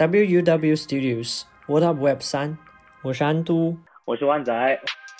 WUW Studios What Up Web 3，我是安都， 我是万仔。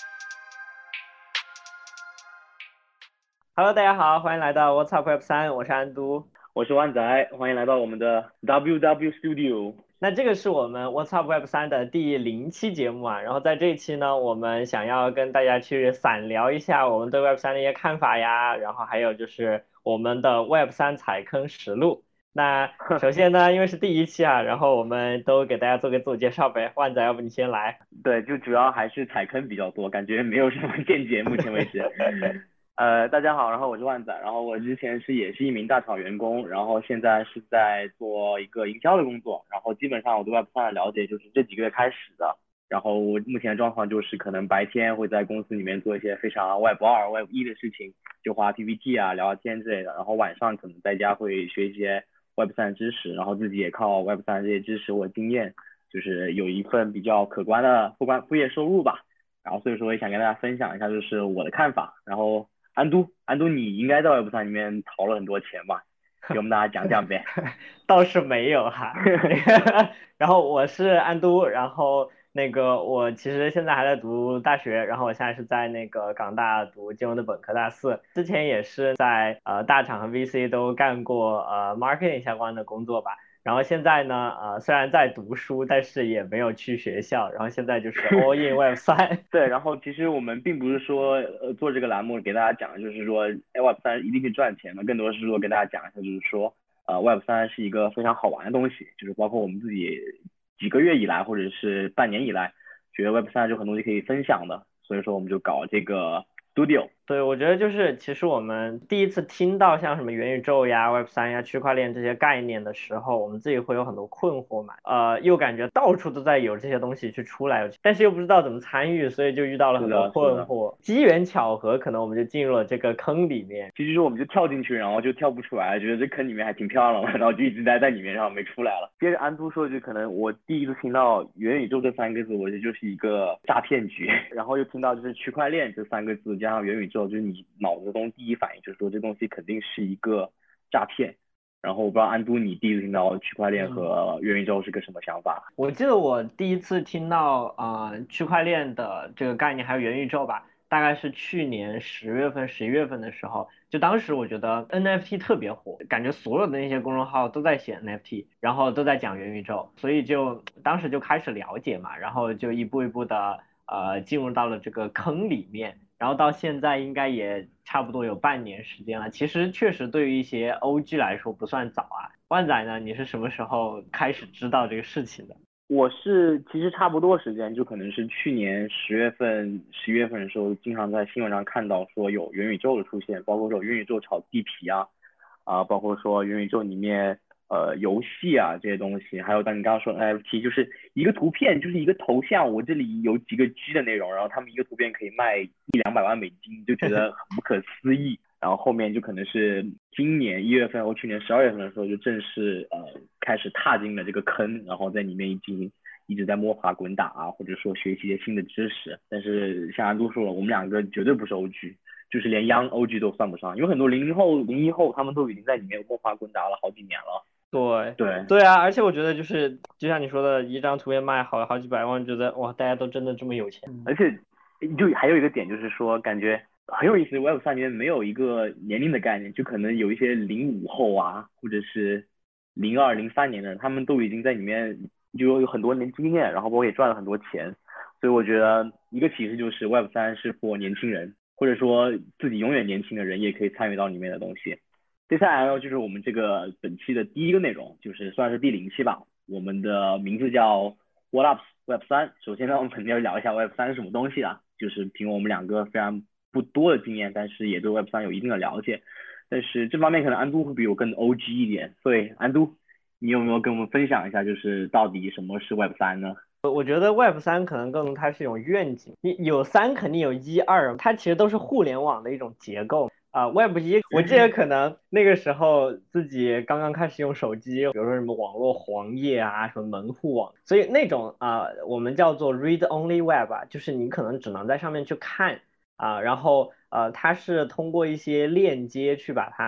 Hello， 大家好，欢迎来到 What's Up Web 3，我是安都， 我是万仔，欢迎来到我们的 WW Studio。 那这个是我们 What's Up Web 3的第0期节目啊，然后在这一期呢，我们想要跟大家去散聊一下我们对 Web 3的一些看法呀，然后还有就是我们的 Web 3踩坑实录。那首先呢，因为是第1期啊，然后我们都给大家做个自我介绍呗。万仔，要不你先来？ 对，就主要还是踩坑比较多，感觉没有什么见解，目前为止。大家好，然后我是万仔，然后我之前也是一名大厂员工，然后现在是在做一个营销的工作，然后基本上我对 Web3 的了解就是这几个月开始的，然后我目前的状况就是可能白天会在公司里面做一些非常 Web2、Web1 的事情，就画 PPT 啊、聊天之类的，然后晚上可能在家会学一些 Web3 的知识，然后自己也靠 Web3 这些知识或经验，就是有一份比较可观的副业收入吧，然后所以说也想跟大家分享一下就是我的看法，然后安都，你应该在 Web3 里面淘了很多钱吧？给我们大家讲讲呗。 倒是没有哈。然后我是安都，然后我其实现在还在读大学，然后我现在是在港大读金融的本科大4，之前也是在大厂和 VC 都干过marketing 相关的工作吧。然后现在呢，虽然在读书，但是也没有去学校，然后现在就是 all in Web3。 对，然后其实我们并不是说做这个栏目给大家讲，就是说 Web3 一定是赚钱的，更多是说跟大家讲一下，就是说Web3 是一个非常好玩的东西，就是包括我们自己几个月以来或者是半年以来，觉得 Web3 就很多东西可以分享的，所以说我们就搞这个 Studio。 对，我觉得就是其实我们第一次听到像什么元宇宙呀、Web3呀、区块链这些概念的时候，我们自己会有很多困惑嘛，又感觉到处都在有这些东西去出来，但是又不知道怎么参与，所以就遇到了很多是的，是的。 困惑。机缘巧合，可能我们就进入了这个坑里面。 其实我们就跳进去，然后就跳不出来，觉得这坑里面还挺漂亮的，然后就一直待在里面，然后没出来了。接着安都说，就可能我第一次听到元宇宙这三个字，我觉得就是一个诈骗局，然后又听到就是区块链这三个字加上元宇宙，就是你脑子中第一反应就是说这东西肯定是一个诈骗。然后我不知道安都你第一次听到区块链和元宇宙是个什么想法？ 我记得我第一次听到区块链的这个概念还有元宇宙吧，大概是去年10月份、11月份的时候，就当时我觉得 NFT 特别火，感觉所有的那些公众号都在写 NFT，然后都在讲元宇宙，所以就当时就开始了解嘛，然后就一步一步的进入到了这个坑里面，然后到现在应该也差不多有半年时间了。其实确实对于一些 OG 来说不算早啊。万仔呢，你是什么时候开始知道这个事情的？ 我是其实差不多时间，就可能是去年10月份、11月份的时候，经常在新闻上看到说有元宇宙的出现，包括说元宇宙炒地皮啊，包括说元宇宙里面游戏啊这些东西，还有当你刚刚说的 NFT，就是一个图片，就是一个头像，我这里有几个 G 的内容，然后他们一个图片可以卖100-200万美金，就觉得很不可思议。然后后面就可能是今年1月份或去年12月份的时候，就正式开始踏进了这个坑，然后在里面一直在摸爬滚打啊，或者说学习一些新的知识。但是像安都说了，我们两个绝对不是 OG，就是连 Young OG 都算不上，因为很多00后、01后他们都已经在里面摸爬滚打了好几年了。 对对， 对啊，而且我觉得就是就像你说的，一张图片卖好几百万，觉得哇，大家都真的这么有钱。 而且就还有一个点就是说，感觉很有意思，Web3里面没有一个年龄的概念，就可能有一些05后啊，或者是02、03年的，他们都已经在里面就有很多年经验，然后包括也赚了很多钱，所以我觉得一个启示就是 Web3是 for 年轻人，或者说自己永远年轻的人也可以参与到里面的东西。接下来呢，就是我们这个本期的第一个内容，就是算是第0期吧。我们的名字叫 What Up Web3。首先呢，我们肯定要聊一下 Web3是什么东西啊，就是凭我们两个非常不多的经验，但是也对 Web3有一定的了解。但是这方面可能安都会比我更 OG 一点，所以安都，你有没有跟我们分享一下，就是到底什么是 Web3呢？ 我觉得 Web3可能更它是一种愿景，你有三肯定有一二，它其实都是互联网的一种结构。Web1，我记得可能那个时候自己刚刚开始用手机，比如说什么网络黄页啊，什么门户网，所以那种我们叫做 read only web 啊，就是你可能只能在上面去看然后它是通过一些链接去把它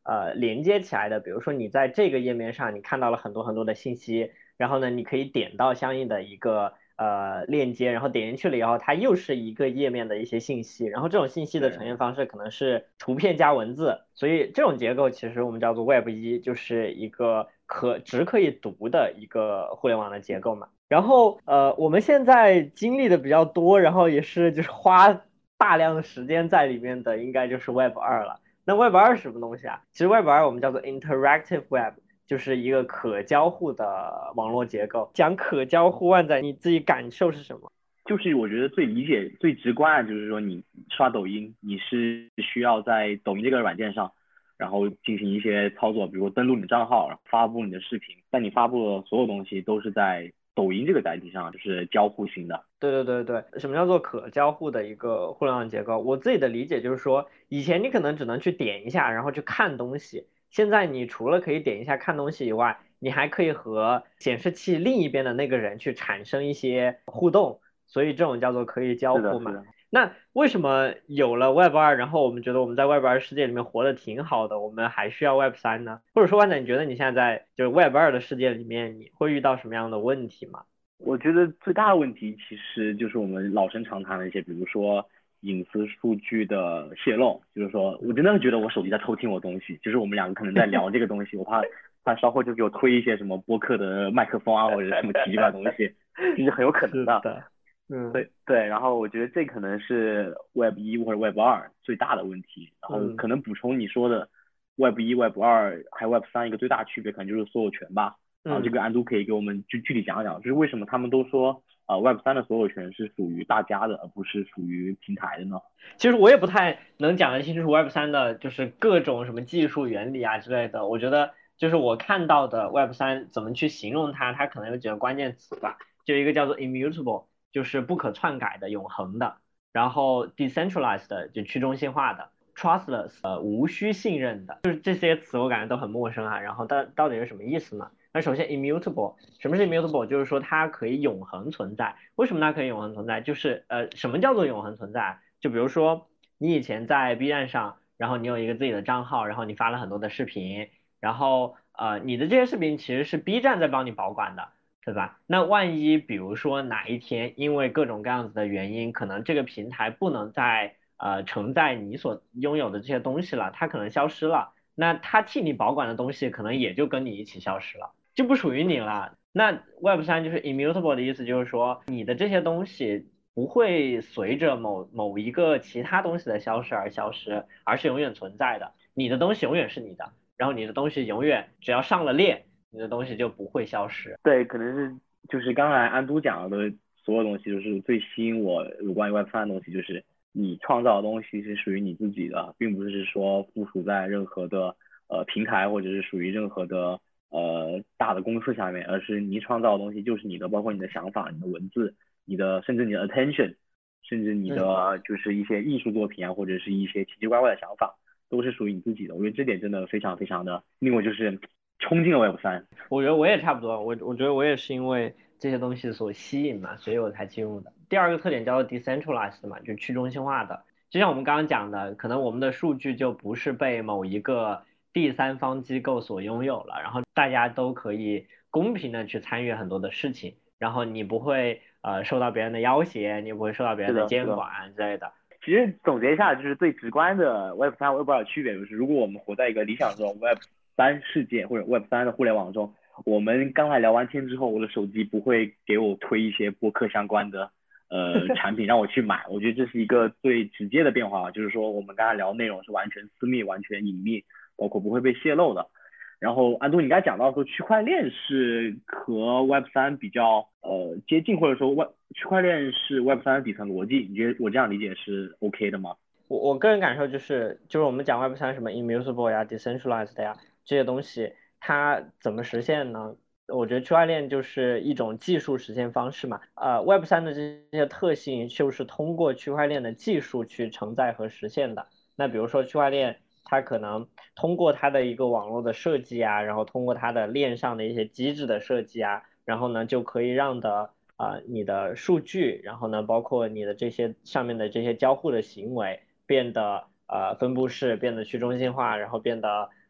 连接起来的。比如说你在这个页面上你看到了很多很多的信息，然后呢你可以点到相应的一个链接，然后点进去了以后，它又是一个页面的一些信息，然后这种信息的呈现对方式可能是图片加文字，所以这种结构其实我们叫做 Web1，就是一个只可以读的一个互联网的结构嘛。然后我们现在经历的比较多，然后也是就是花大量的时间在里面的，应该就是 Web2了。那 Web2是什么东西啊？其实 Web2我们叫做 Interactive Web，就是一个可交互的网络结构。讲可交互，万仔你自己感受是什么？ 就是我觉得最理解、最直观的就是说，你刷抖音，你是需要在抖音这个软件上，然后进行一些操作，比如登录你的账号，然后发布你的视频。但你发布的所有东西都是在抖音这个载体上，就是交互型的。 对对对对，什么叫做可交互的一个互联网结构？我自己的理解就是说，以前你可能只能去点一下，然后去看东西，现在你除了可以点一下看东西以外，你还可以和显示器另一边的那个人去产生一些互动，所以这种叫做可以交是的， 互嘛。 是的。 那为什么有了 Web2，然后我们觉得我们在 Web2世界里面活得挺好的，我们还需要 Web3呢？或者说，万仔，你觉得你现在在就是 Web2的世界里面，你会遇到什么样的问题吗？ 我觉得最大的问题其实就是我们老生常谈的一些，比如说隐私数据的泄露。就是说我真的觉得我手机在偷听我东西，就是我们两个可能在聊这个东西，我怕他稍后就给我推一些什么播客的麦克风啊，或者什么奇奇怪的东西，这是很有可能的。 是的，嗯对对，然后我觉得这可能是 Web1或者 Web2最大的问题。然后嗯。 可能补充你说的 Web1、Web2还有 Web3一个最大区别，可能就是所有权吧。然后这嗯， 个安都可以给我们具体讲讲，就是为什么他们都说Web3的所有权是属于大家的，而不是属于平台的呢？ 其实我也不太能讲得清楚 Web3的，就是各种什么技术原理啊之类的。我觉得就是我看到的 Web3怎么去形容它，它可能有几个关键词吧，就一个叫做 immutable，就是不可篡改的、永恒的，然后 decentralized 就去中心化的，trustless 无需信任的，就是这些词我感觉都很陌生啊。然后到底是什么意思呢？那首先 immutable，什么是 immutable？就是说它可以永恒存在。为什么它可以永恒存在？就是什么叫做永恒存在？就比如说你以前在 B 站上，然后你有一个自己的账号，然后你发了很多的视频，然后你的这些视频其实是 B 站在帮你保管的，对吧？那万一比如说哪一天因为各种各样子的原因，可能这个平台不能再承载你所拥有的这些东西了，它可能消失了，那它替你保管的东西可能也就跟你一起消失了，就不属于你了。那 Web3就是 immutable 的意思，就是说你的这些东西不会随着某一个其他东西的消失而消失，而是永远存在的。你的东西永远是你的，然后你的东西永远只要上了链，你的东西就不会消失。 对，可能是就是刚才安都讲的所有东西，就是最吸引我有关于 Web3的东西，就是你创造的东西是属于你自己的，并不是说附属在任何的平台或者是属于任何的大的公司下面，而是你创造的东西就是你的，包括你的想法、你的文字、你的甚至你的 attention，甚至你嗯。 的就是一些艺术作品啊，或者是一些奇奇怪怪的想法，都是属于你自己的。我觉得这点真的非常非常的令我就是冲进了 Web3。 我觉得我也差不多，我觉得我也是因为这些东西所吸引嘛，所以我才进入的。第二个特点叫做 decentralized 嘛，就去中心化的。就像我们刚刚讲的，可能我们的数据就不是被某一个第三方机构所拥有了，然后大家都可以公平的去参与很多的事情，然后你不会受到别人的要挟，你不会受到别人的是的，是监的。 管之类的。 其实总结一下，就是最直观的 Web3 Web2的区别，就是如果我们活在一个理想中 Web3世界或者 Web3的互联网中，我们刚才聊完天之后，我的手机不会给我推一些播客相关的产品让我去买。我觉得这是一个最直接的变化，就是说我们刚才聊的内容是完全私密、完全隐秘，包括不会被泄露的。然后安东，你刚才讲到说区块链是和 Web3比较接近，或者说区块链是 Web3的底层逻辑，你觉得我这样理解是 OK 的吗？ 我个人感受就是我们讲 Web3什么 immutable 呀、decentralized 呀这些东西，它怎么实现呢？我觉得区块链就是一种技术实现方式嘛。Web3的这些特性就是通过区块链的技术去承载和实现的。那比如说区块链，它可能通过它的一个网络的设计啊，然后通过它的链上的一些机制的设计啊，然后呢就可以让你的数据，然后呢包括你的这些上面的这些交互的行为。变得分布式，变得去中心化，然后变得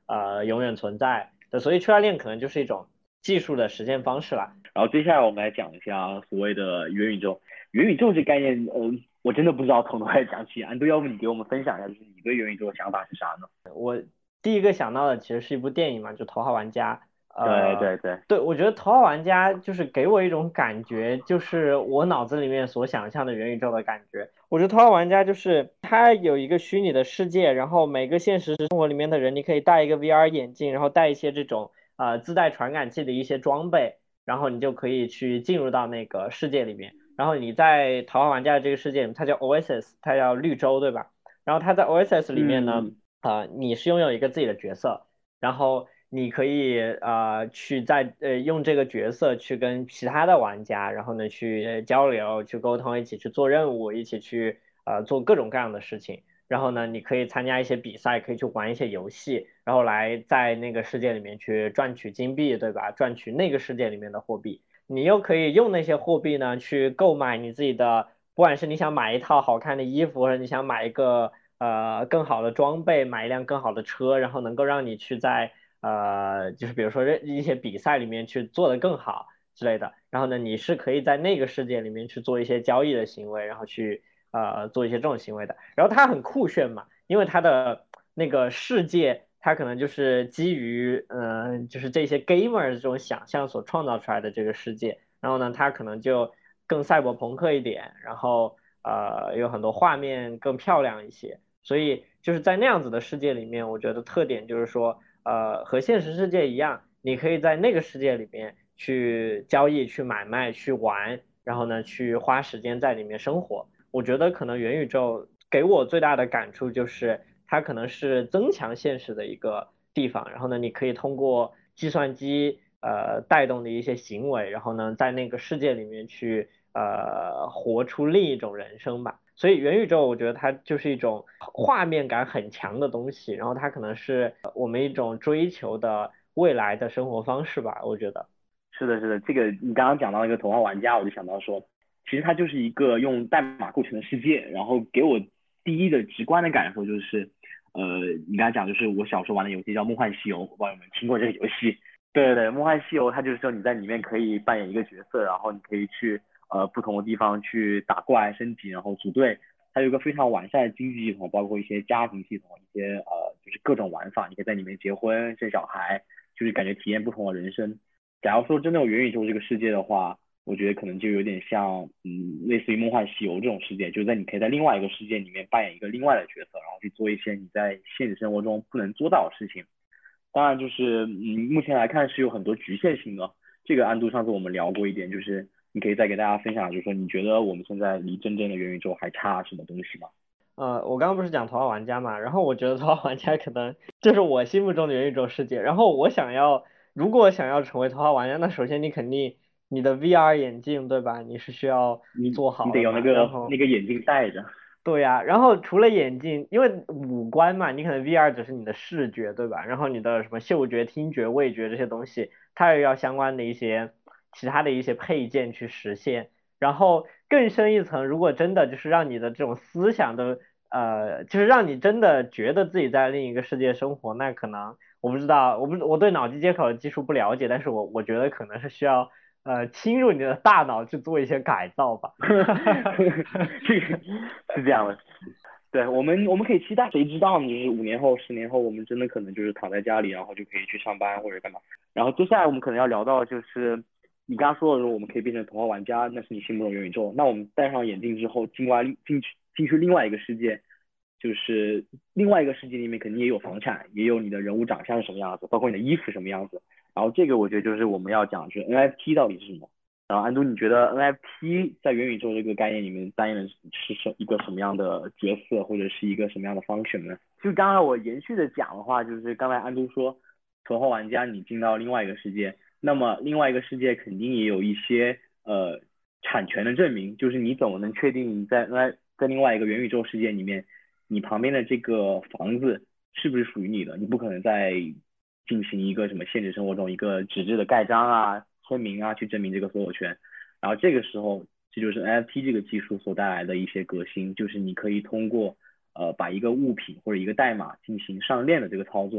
永远存在的，所以区块链可能就是一种技术的实现方式了。 然后接下来我们来讲一下所谓的元宇宙。元宇宙这概念，我真的不知道从哪来讲起。安都，要不你给我们分享一下，就是你对元宇宙的想法是啥呢？ 我第一个想到的其实是一部电影嘛，就《头号玩家》。 对对对。 对，我觉得《头号玩家》就是给我一种感觉，就是我脑子里面所想象的元宇宙的感觉。我觉得《头号玩家》就是它有一个虚拟的世界，然后每个现实生活里面的人，你可以戴一个 VR 眼镜，然后带一些这种自带传感器的一些装备，然后你就可以去进入到那个世界里面。然后你在《头号玩家》的这个世界里面，它叫 Oasis，它叫绿洲，对吧？然后它在 Oasis 里面呢。 嗯。 你是拥有一个自己的角色，然后你可以去用这个角色去跟其他的玩家，然后呢去交流、去沟通，一起去做任务，一起去做各种各样的事情。然后呢，你可以参加一些比赛，可以去玩一些游戏，然后来在那个世界里面去赚取金币，对吧？赚取那个世界里面的货币。你又可以用那些货币呢去购买你自己的，不管是你想买一套好看的衣服，或者你想买一个更好的装备，买一辆更好的车，然后能够让你去在就是比如说一些比赛里面去做得更好之类的。然后呢，你是可以在那个世界里面去做一些交易的行为，然后去做一些这种行为的。然后它很酷炫嘛，因为它的那个世界。它可能就是基于就是这些 gamer 这种想象所创造出来的这个世界，然后呢，它可能就更赛博朋克一点，然后有很多画面更漂亮一些，所以就是在那样子的世界里面，我觉得特点就是说，和现实世界一样，你可以在那个世界里面去交易、去买卖、去玩，然后呢，去花时间在里面生活。我觉得可能元宇宙给我最大的感触就是，它可能是增强现实的一个地方。然后呢，你可以通过计算机带动的一些行为，然后呢，在那个世界里面去活出另一种人生吧。所以元宇宙我觉得它就是一种画面感很强的东西，然后它可能是我们一种追求的未来的生活方式吧，我觉得。 是的，是的，这个你刚刚讲到那个头号玩家，我就想到说，其实它就是一个用代码构成的世界，然后给我第一的直观的感受就是，你刚才讲就是我小时候玩的游戏叫《梦幻西游》，我不知道有没有听过这个游戏。对对对，《梦幻西游》它就是说你在里面可以扮演一个角色，然后你可以去不同的地方去打怪升级，然后组队。它有一个非常完善的经济系统，包括一些家庭系统，一些就是各种玩法，你可以在里面结婚生小孩，就是感觉体验不同的人生。假如说真的有元宇宙这个世界的话，我觉得可能就有点像，类似于梦幻西游这种世界，就是在你可以在另外一个世界里面扮演一个另外的角色，然后去做一些你在现实生活中不能做到的事情。当然，就是目前来看是有很多局限性的。这个安度上次我们聊过一点，就是你可以再给大家分享，就是说你觉得我们现在离真正的元宇宙还差什么东西吗？ 我刚刚不是讲头号玩家嘛，然后我觉得头号玩家可能就是我心目中的元宇宙世界。然后如果想要成为头号玩家，那首先你肯定你的 VR 眼镜，对吧？你是需要做你得好的嘛。 有那个然后眼镜戴着。 对呀，然后除了眼镜，因为五官嘛，你可能 VR 只是你的视觉，对吧？然后你的什么嗅觉、听觉、味觉这些东西，它也要相关的一些其他的一些配件去实现。然后更深一层，如果真的就是让你的这种思想的，就是让你真的觉得自己在另一个世界生活，那可能我不知道，我对脑机接口的技术不了解，但是我觉得可能是需要侵入你的大脑去做一些改造吧。 这个是这样的。对，我们可以期待，谁知道呢？就是5年后、10年后，我们真的可能就是躺在家里，然后就可以去上班或者干嘛。然后接下来我们可能要聊到就是你刚刚说的说我们可以变成头号玩家，那是你心目中的元宇宙。那我们戴上眼镜之后，进去另外一个世界，就是另外一个世界里面肯定也有房产，也有你的人物长相是什么样子，包括你的衣服什么样子。然后这个我觉得就是我们要讲，就是 NFT 到底是什么。然后安东，你觉得 NFT 在元宇宙这个概念里面担任的是一个什么样的角色，或者是一个什么样的 function 呢？就刚才我延续的讲的话，就是刚才安东说，头号玩家你进到另外一个世界，那么另外一个世界肯定也有一些产权的证明，就是你怎么能确定你在另外一个元宇宙世界里面，你旁边的这个房子是不是属于你的？你不可能再进行一个什么现实生活中一个纸质的盖章啊、签名啊去证明这个所有权。然后这个时候，这就是 NFT 这个技术所带来的一些革新，就是你可以通过把一个物品或者一个代码进行上链的这个操作，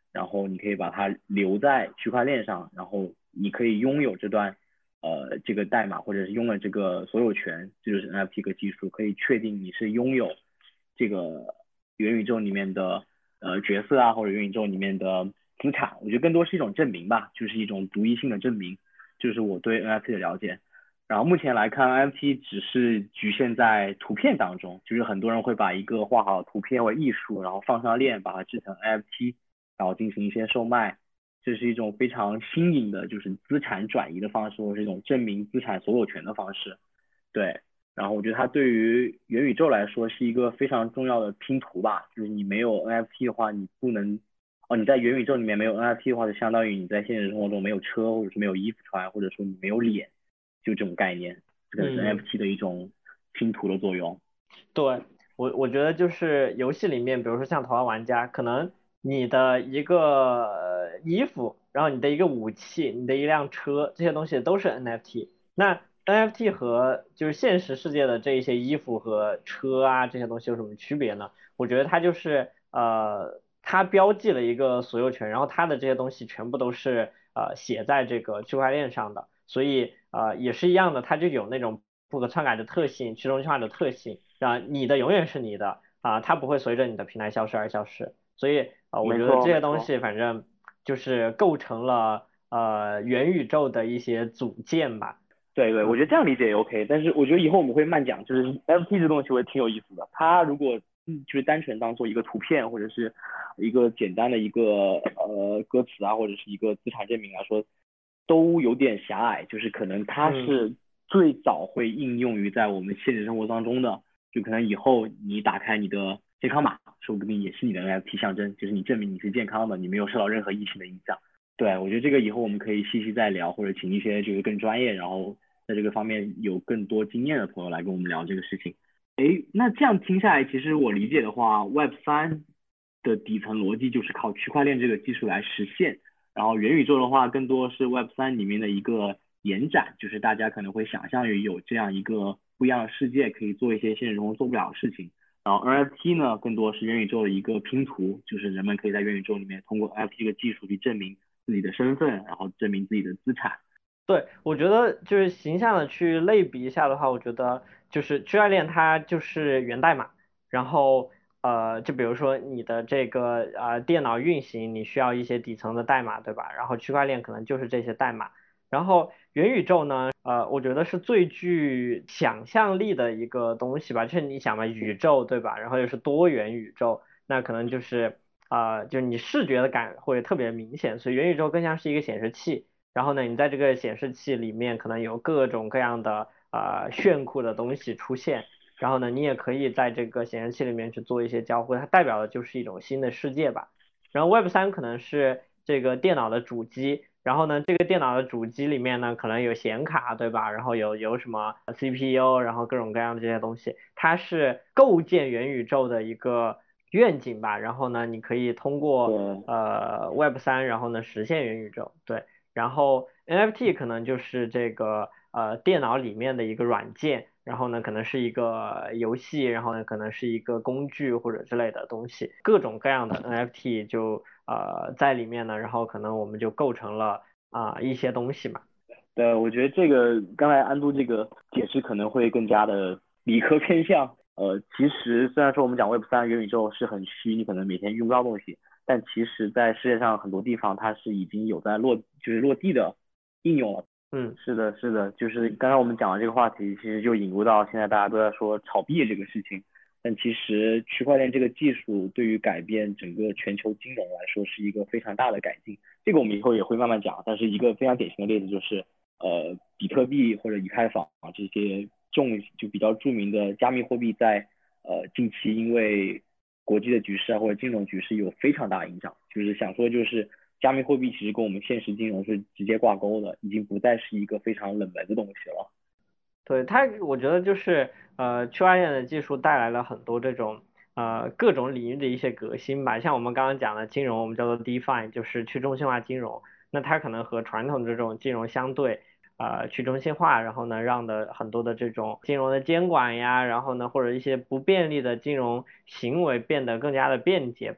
然后你可以把它留在区块链上，然后你可以拥有这个代码或者是拥有这个所有权，这就是 NFT 个技术，可以确定你是拥有这个元宇宙里面的角色啊，或者元宇宙里面的资产。我觉得更多是一种证明吧，就是一种独一性的证明，就是我对 NFT 的了解。然后目前来看，NFT 只是局限在图片当中，就是很多人会把一个画好的图片为艺术，然后放上链，把它制成 NFT，然后进行一些售卖。这是一种非常新颖的，就是资产转移的方式，或是一种证明资产所有权的方式。对，然后我觉得它对于元宇宙来说是一个非常重要的拼图吧，就是你没有 NFT 的话，你不能，哦，你在元宇宙里面没有 NFT 的话，就相当于你在现实生活中没有车，或者是没有衣服穿，或者说你没有脸，就这种概念，这可能是嗯。 NFT 的一种拼图的作用。 对，我觉得就是游戏里面，比如说像头号玩家，可能你的一个衣服，然后你的一个武器，你的一辆车，这些东西都是 NFT。那 NFT 和就是现实世界的这一些衣服和车啊这些东西有什么区别呢？我觉得它就是它标记了一个所有权，然后它的这些东西全部都是写在这个区块链上的，所以也是一样的，它就有那种不可篡改的特性、去中心化的特性。啊，你的永远是你的啊，它不会随着你的平台消失而消失。所以我没觉得错没错。 这些东西反正就是构成了元宇宙的一些组件吧。 对对，我觉得这样理解也 OK，但是我觉得以后我们会慢讲，就是 NFT 这东西我也挺有意思的。它如果就是单纯当做一个图片或者是一个简单的一个歌词啊，或者是一个资产证明来说，都有点狭隘。就是可能它嗯是最早会应用于在我们现实生活当中的，就可能以后你打开你的健康码，说不定也是你的 NFT 象征，就是你证明你是健康的，你没有受到任何疫情的影响。对，我觉得这个以后我们可以细细再聊，或者请一些就是更专业，然后在这个方面有更多经验的朋友来跟我们聊这个事情。诶，那这样听下来，其实我理解的话，Web3的底层逻辑就是靠区块链这个技术来实现，然后元宇宙的话，更多是 Web3里面的一个延展，就是大家可能会想象于有这样一个不一样的世界，可以做一些现实中做不了的事情。然后 NFT 呢，更多是元宇宙的一个拼图，就是人们可以在元宇宙里面通过 NFT 这个技术去证明自己的身份，然后证明自己的资产。 对，我觉得就是形象的去类比一下的话，我觉得就是区块链它就是源代码，然后就比如说你的这个电脑运行，你需要一些底层的代码，对吧？然后区块链可能就是这些代码，然后元宇宙呢，我觉得是最具想象力的一个东西吧，就是你想嘛，宇宙对吧？然后又是多元宇宙，那可能就是就你视觉的感会特别明显，所以元宇宙更像是一个显示器。然后呢，你在这个显示器里面可能有各种各样的炫酷的东西出现，然后呢，你也可以在这个显示器里面去做一些交互，它代表的就是一种新的世界吧。然后 Web3可能是这个电脑的主机，然后呢，这个电脑的主机里面呢可能有显卡，对吧？然后有什么 CPU，然后各种各样的这些东西，它是构建元宇宙的一个愿景吧。然后呢，你可以通过对 Web3，然后呢实现元宇宙，对。然后 NFT 可能就是这个电脑里面的一个软件，然后呢可能是一个游戏，然后呢可能是一个工具或者之类的东西，各种各样的 NFT 就在里面呢，然后可能我们就构成了一些东西嘛。 对，我觉得这个刚才安度这个解释可能会更加的理科偏向。其实虽然说我们讲 Web3元宇宙是很虚，你可能每天用不到东西，但其实在世界上很多地方它是已经有在就是落地的应用了。 嗯。 是的，是的，就是刚才我们讲的这个话题，其实就引入到现在大家都在说炒币这个事情。但其实区块链这个技术对于改变整个全球金融来说是一个非常大的改进。这个我们以后也会慢慢讲。但是一个非常典型的例子就是比特币或者以太坊这些就比较著名的加密货币在近期因为国际的局势啊或者金融局势有非常大的影响。就是想说就是加密货币其实跟我们现实金融是直接挂钩的，已经不再是一个非常冷门的东西了。 对它，我觉得就是区块链的技术带来了很多这种各种领域的一些革新吧。像我们刚刚讲的金融，我们叫做 DeFi，就是去中心化金融。那它可能和传统的这种金融相对去中心化，然后呢，让的很多的这种金融的监管呀，然后呢，或者一些不便利的金融行为变得更加的便捷吧。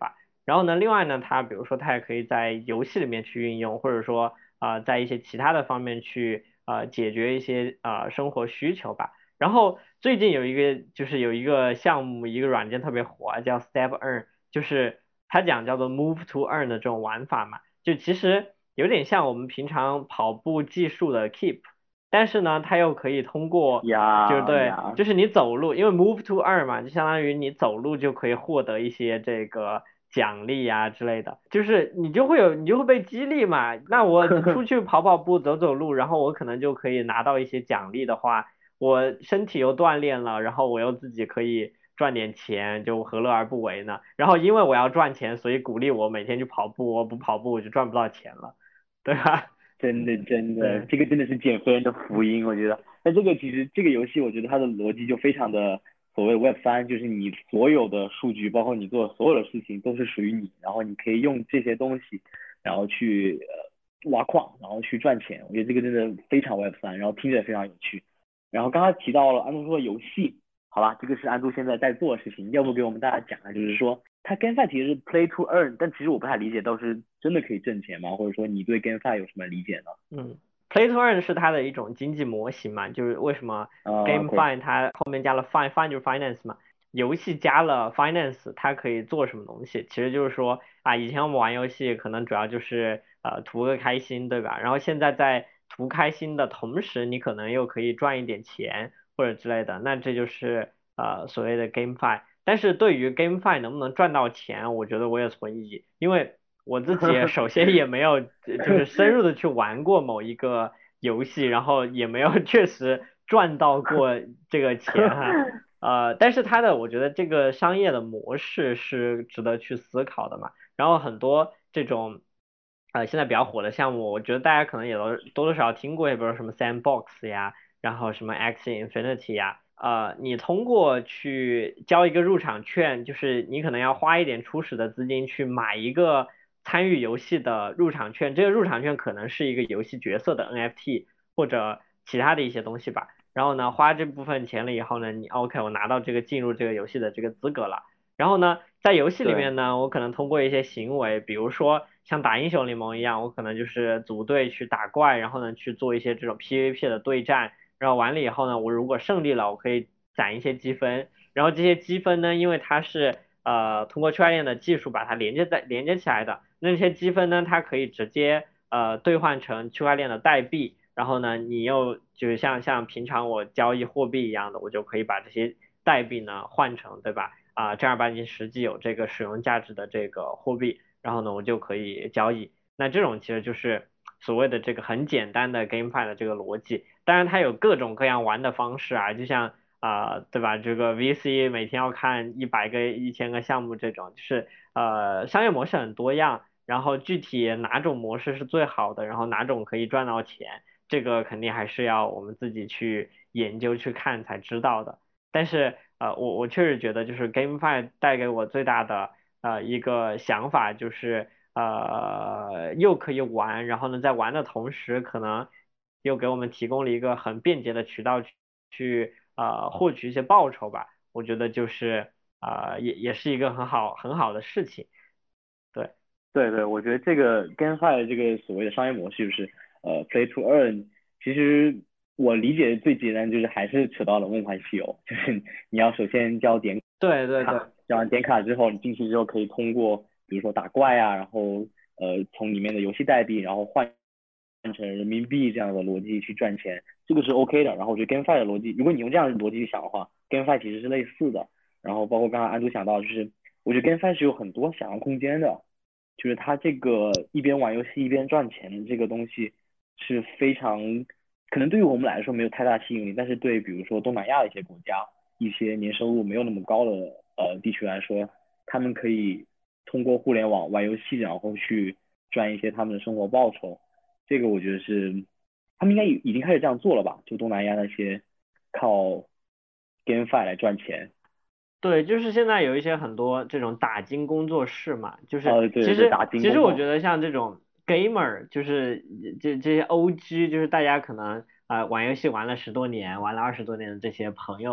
然后呢，另外呢，它比如说它也可以在游戏里面去运用，或者说在一些其他的方面去解决一些生活需求吧。然后最近有一个项目，一个软件特别火啊，叫 Step Earn，就是它讲叫做 Move to Earn 的这种玩法嘛，就其实有点像我们平常跑步计数的 Keep，但是呢，它又可以通过，就是对， 呀呀， 就是你走路，因为 Move to Earn 嘛，就相当于你走路就可以获得一些这个奖励呀之类的，就是你就会被激励嘛。那我出去跑跑步、走走路，然后我可能就可以拿到一些奖励的话。我身体又锻炼了，然后我又自己可以赚点钱，就何乐而不为呢？然后因为我要赚钱，所以鼓励我每天去跑步，我不跑步我就赚不到钱了，对吧？ 真的真的， 对， 这个真的是减肥人的福音，我觉得。那这个其实这个游戏，我觉得它的逻辑就非常的所谓 Web3，就是你所有的数据，包括你做的所有的事情都是属于你，然后你可以用这些东西，然后去挖矿，然后去赚钱。我觉得这个真的非常 Web3，然后听着也非常有趣。然后刚刚提到了安东说的游戏，好吧，这个是安东现在在做的事情，要不给我们大家讲啊，就是说它 GameFi 其实是 Play to Earn，但其实我不太理解，倒是真的可以挣钱吗？或者说你对 GameFi 有什么理解呢？ 嗯，Play to Earn 是它的一种经济模型嘛，就是为什么 OK， GameFi 它后面加了 Fin 就是 Finance 嘛，游戏加了 Finance，它可以做什么东西？其实就是说以前我们玩游戏可能主要就是图个开心，对吧？然后现在在图开心的同时，你可能又可以赚一点钱或者之类的，那这就是所谓的 GameFi。但是对于 GameFi 能不能赚到钱，我觉得我也存疑，因为我自己首先也没有就是深入的去玩过某一个游戏，然后也没有确实赚到过这个钱哈，但是我觉得这个商业的模式是值得去思考的嘛，然后很多这种现在比较火的项目，我觉得大家可能也都多多少少听过，比如说什么 Sandbox 呀，然后什么 Axie Infinity 呀。你通过去交一个入场券，就是你可能要花一点初始的资金去买一个参与游戏的入场券，这个入场券可能是一个游戏角色的 NFT 或者其他的一些东西吧。然后呢，花这部分钱了以后呢，你 OK，我拿到这个进入这个游戏的这个资格了。然后呢，在游戏里对， 面呢，我可能通过一些行为，比如说像打英雄联盟一样，我可能就是组队去打怪，然后呢去做一些这种 PVP 的对战。然后完了以后呢，我如果胜利了，我可以攒一些积分，然后这些积分呢，因为它是通过区块链的技术把它连接起来的，那些积分呢，它可以直接兑换成区块链的代币，然后呢，你又就是像平常我交易货币一样的，我就可以把这些代币呢换成，对吧？正儿八经实际有这个使用价值的这个货币，然后呢，我就可以交易。那这种其实就是所谓的这个很简单的 GameFi 的这个逻辑。当然它有各种各样玩的方式啊，就像对吧？这个 VC 每天要看100个、1000个项目这种，就是商业模式很多样，然后具体哪种模式是最好的，然后哪种可以赚到钱，这个肯定还是要我们自己去研究去看才知道的。但是我确实觉得就是 GameFi 带给我最大的一个想法就是又可以玩，然后呢在玩的同时可能又给我们提供了一个很便捷的渠道去获取一些报酬吧，我觉得就是也是一个很好的事情，对。 对对，我觉得这个 GameFi 的这个所谓的商业模式就是Play to Earn，其实我理解最简单就是还是扯到了梦幻西游，就是你要首先交点对对对， 卡，交完点卡之后，你进去之后可以通过比如说打怪啊，然后从里面的游戏代币，然后换成人民币这样的逻辑去赚钱，这个是 OK 的。然后我觉得 GameFi 的逻辑，如果你用这样的逻辑去想的话，GameFi 其实是类似的。然后包括刚刚安都想到，就是我觉得 GameFi 是有很多想象空间的。就是它这个一边玩游戏一边赚钱的这个东西是非常，可能对于我们来说没有太大吸引力，但是对比如说东南亚的一些国家，一些年收入没有那么高的地区来说，他们可以通过互联网玩游戏，然后去赚一些他们的生活报酬。这个我觉得是他们应该已经开始这样做了吧？就东南亚那些靠 GameFi 来赚钱。 对，就是现在有一些很多这种打金工作室嘛，就是对对对，打金其实我觉工坊。 得像这种 gamer，就是这些 OG，就是大家可能玩游戏玩了10多年，玩了20多年的这些朋友们，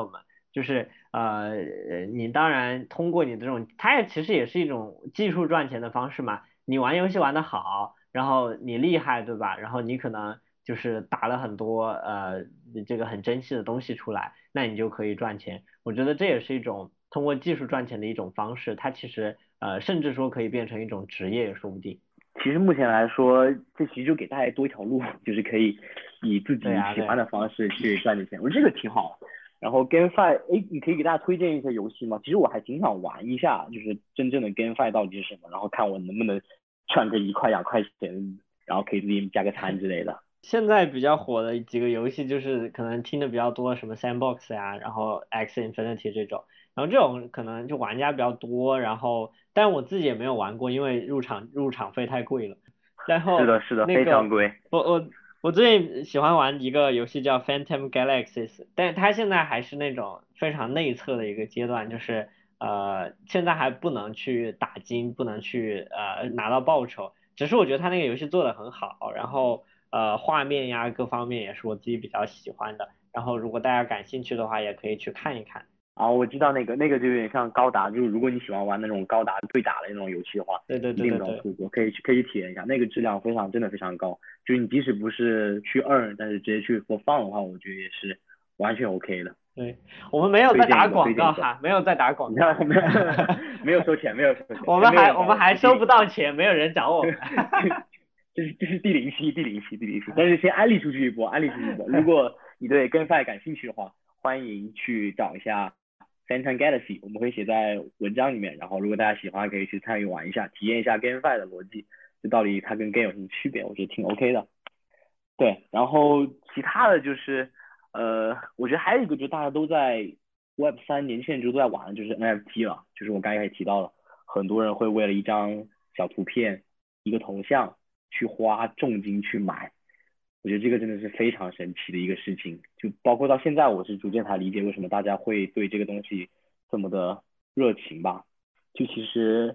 就是你当然通过你这种，它也其实也是一种技术赚钱的方式嘛。你玩游戏玩得好，然后你厉害，对吧？然后你可能就是打了很多这个很珍惜的东西出来，那你就可以赚钱。我觉得这也是一种通过技术赚钱的一种方式，它其实甚至说可以变成一种职业也说不定。 其实目前来说，这其实就给大家多一条路，就是可以以自己对呀，对呀。 喜欢的方式去赚点钱，我觉得这个挺好。然后 GameFi，哎，你可以给大家推荐一些游戏吗？其实我还挺想玩一下，就是真正的 GameFi 到底是什么，然后看我能不能赚个1块2块钱，然后可以自己加个餐之类的。 现在比较火的几个游戏就是可能听的比较多，什么 Sandbox 呀，然后 X Infinity 这种，然后这种可能就玩家比较多，然后但我自己也没有玩过，因为入场费太贵了。然后是的，是的，非常那个贵。 我最近喜欢玩一个游戏叫 Phantom Galaxies，但它现在还是那种非常内测的一个阶段，就是现在还不能去打金，不能去拿到报酬。只是我觉得他那个游戏做的很好，然后画面呀各方面也是我自己比较喜欢的，然后如果大家感兴趣的话，也可以去看一看。 啊，我知道那个就有点像高达，就是如果你喜欢玩那种高达对打的那种游戏的话， 对对一定不要对对对错过，可以去体验一下，那个质量真的非常高，就是你即使不是去 earn，但是直接去 for fun 的话，我觉得也是完全 OK 的， 对，我们没有在打推荐一个，推广荐一个。 告哈，没有在打广告。 你看，没有收钱，没有收钱， 我们没有还我们还人找我们，是地收不到灵。 钱，没有人找我们。 这是地灵期，但是先安利出去一波，安利出去一波。如果你对 GameFi 感兴趣的话，欢迎去找一下 Phantom Galaxy，我们会写在文章里面。然后如果大家喜欢，可以去参与玩一下，体验一下 GameFi 的逻辑，就到底它跟 Game 有什么区别，我觉得挺 OK 的。对，然后其他的就是，我觉得还有一个就是大家都在 Web3年轻人就都在玩的就是 NFT 了，就是我刚才也提到了，很多人会为了一张小图片、一个头像去花重金去买，我觉得这个真的是非常神奇的一个事情，就包括到现在我是逐渐才理解为什么大家会对这个东西这么的热情吧。就其实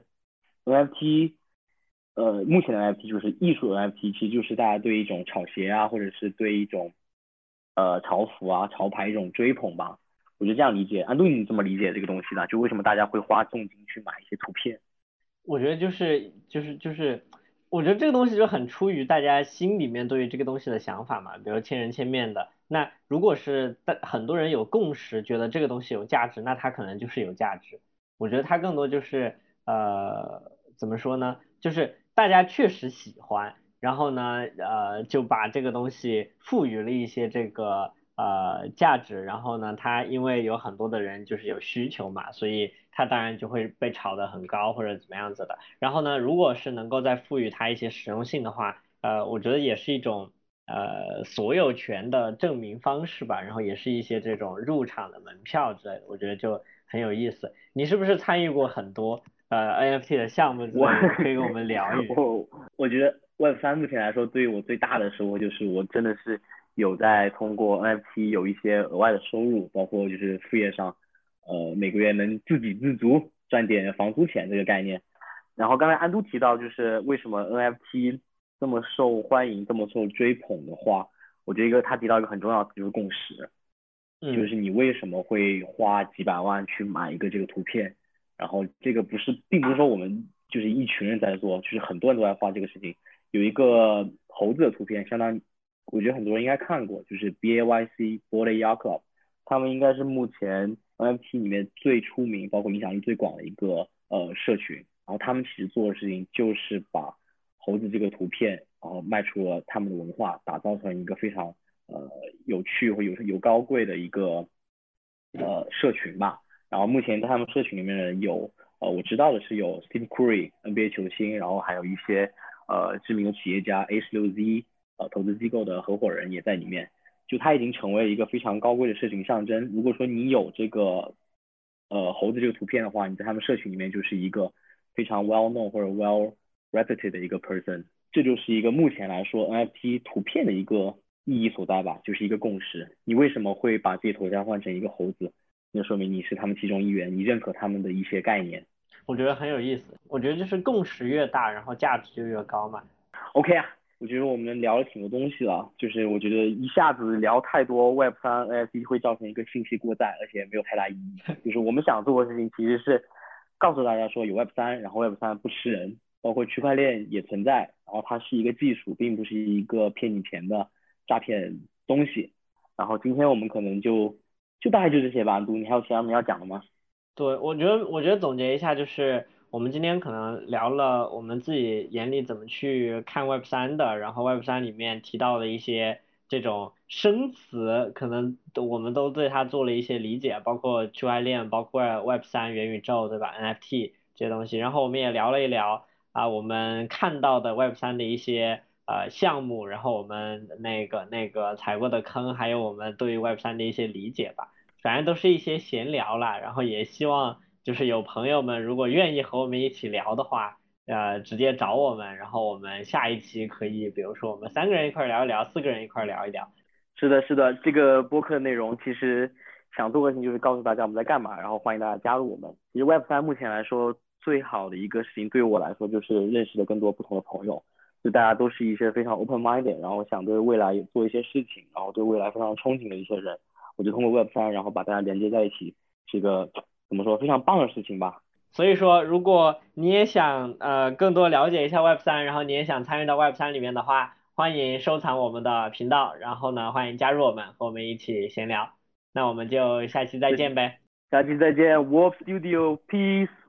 NFT，目前的 NFT 就是艺术的 NFT，其实就是大家对一种炒鞋啊，或者是对一种潮服啊、潮牌一种追捧吧。我觉得这样理解，安东尼怎么理解这个东西的？就为什么大家会花重金去买一些图片？ 我觉得就是，我觉得这个东西就很出于大家心里面对于这个东西的想法嘛，比如千人千面的。那如果是很多人有共识，觉得这个东西有价值，那它可能就是有价值。我觉得它更多就是怎么说呢？就是大家确实喜欢，然后呢就把这个东西赋予了一些这个价值，然后呢它因为有很多的人就是有需求嘛，所以它当然就会被炒得很高或者怎么样子的。然后呢，如果是能够再赋予它一些实用性的话，我觉得也是一种所有权的证明方式吧，然后也是一些这种入场的门票之类的，我觉得就很有意思。你是不是参与过很多NFT 的项目之我类的？可以跟我们聊一聊。 我觉得 Web3目前来说，对于我最大的收获就是我真的是有在通过 NFT 有一些额外的收入，包括就是副业上，每个月能自给自足，赚点房租钱这个概念。然后刚才安都提到，就是为什么 NFT 这么受欢迎、这么受追捧的话，我觉得他提到一个很重要的就是共识，就嗯。 是你为什么会花几百万去买一个这个图片，然后这个并不是说我们就是一群人在做，就是很多人都在画这个事情。有一个猴子的图片，相当于我觉得很多人应该看过，就是 BAYC Bored Yacht Club，他们应该是目前 NFT 里面最出名，包括影响力最广的一个社群。然后他们其实做的事情就是把猴子这个图片，然后卖出了他们的文化，打造成一个非常有趣或有高贵的一个社群吧。然后目前在他们社群里面的人有我知道的是有 Steve Curry NBA 球星，然后还有一些知名的企业家 A16Z 投资机构的合伙人也在里面。就它已经成为一个非常高贵的社群象征。如果说你有这个猴子这个图片的话，你在他们社群里面就是一个非常 well known 或者 well reputed 的一个 person。这就是一个目前来说 NFT 图片的一个意义所在吧，就是一个共识。你为什么会把自己头像换成一个猴子？那说明你是他们其中一员，你认可他们的一些概念。 我觉得很有意思。我觉得就是共识越大，然后价值就越高嘛。 OK 啊， 我觉得我们聊了挺多东西了，就是我觉得一下子聊太多 Web3 NFT 会造成一个信息过载，而且没有太大意义。就是我们想做的事情其实是告诉大家说有 Web3，然后 Web3 不吃人，包括区块链也存在，然后它是一个技术，并不是一个骗你钱的诈骗东西。然后今天我们可能就大概就这些吧。你还有其他什么要讲的吗？ 对，我觉得总结一下，就是我们今天可能聊了我们自己眼里怎么去看 Web3的，然后 Web3里面提到的一些这种生词，可能我们都对它做了一些理解，包括区块链，包括 Web3元宇宙，对吧？NFT 这些东西，然后我们也聊了一聊我们看到的 Web3的一些项目，然后我们那个踩过的坑，还有我们对于 Web3的一些理解吧。反正都是一些闲聊啦，然后也希望就是有朋友们如果愿意和我们一起聊的话，直接找我们，然后我们下一期可以，比如说我们3个人一块儿聊一聊，4个人一块儿聊一聊。 是的，是的，这个播客内容其实想做的事情就是告诉大家我们在干嘛，然后欢迎大家加入我们。其实 Web3目前来说，最好的一个事情对于我来说就是认识了更多不同的朋友，就大家都是一些非常 open minded，然后想对未来也做一些事情，然后对未来非常憧憬的一些人。我就通过 Web3，然后把大家连接在一起，是一个怎么说非常棒的事情吧。 所以说，如果你也想更多了解一下 Web3，然后你也想参与到 Web3里面的话，欢迎收藏我们的频道，然后呢，欢迎加入我们，和我们一起闲聊。那我们就下期再见呗。 下期再见，Wolf Studio，Peace。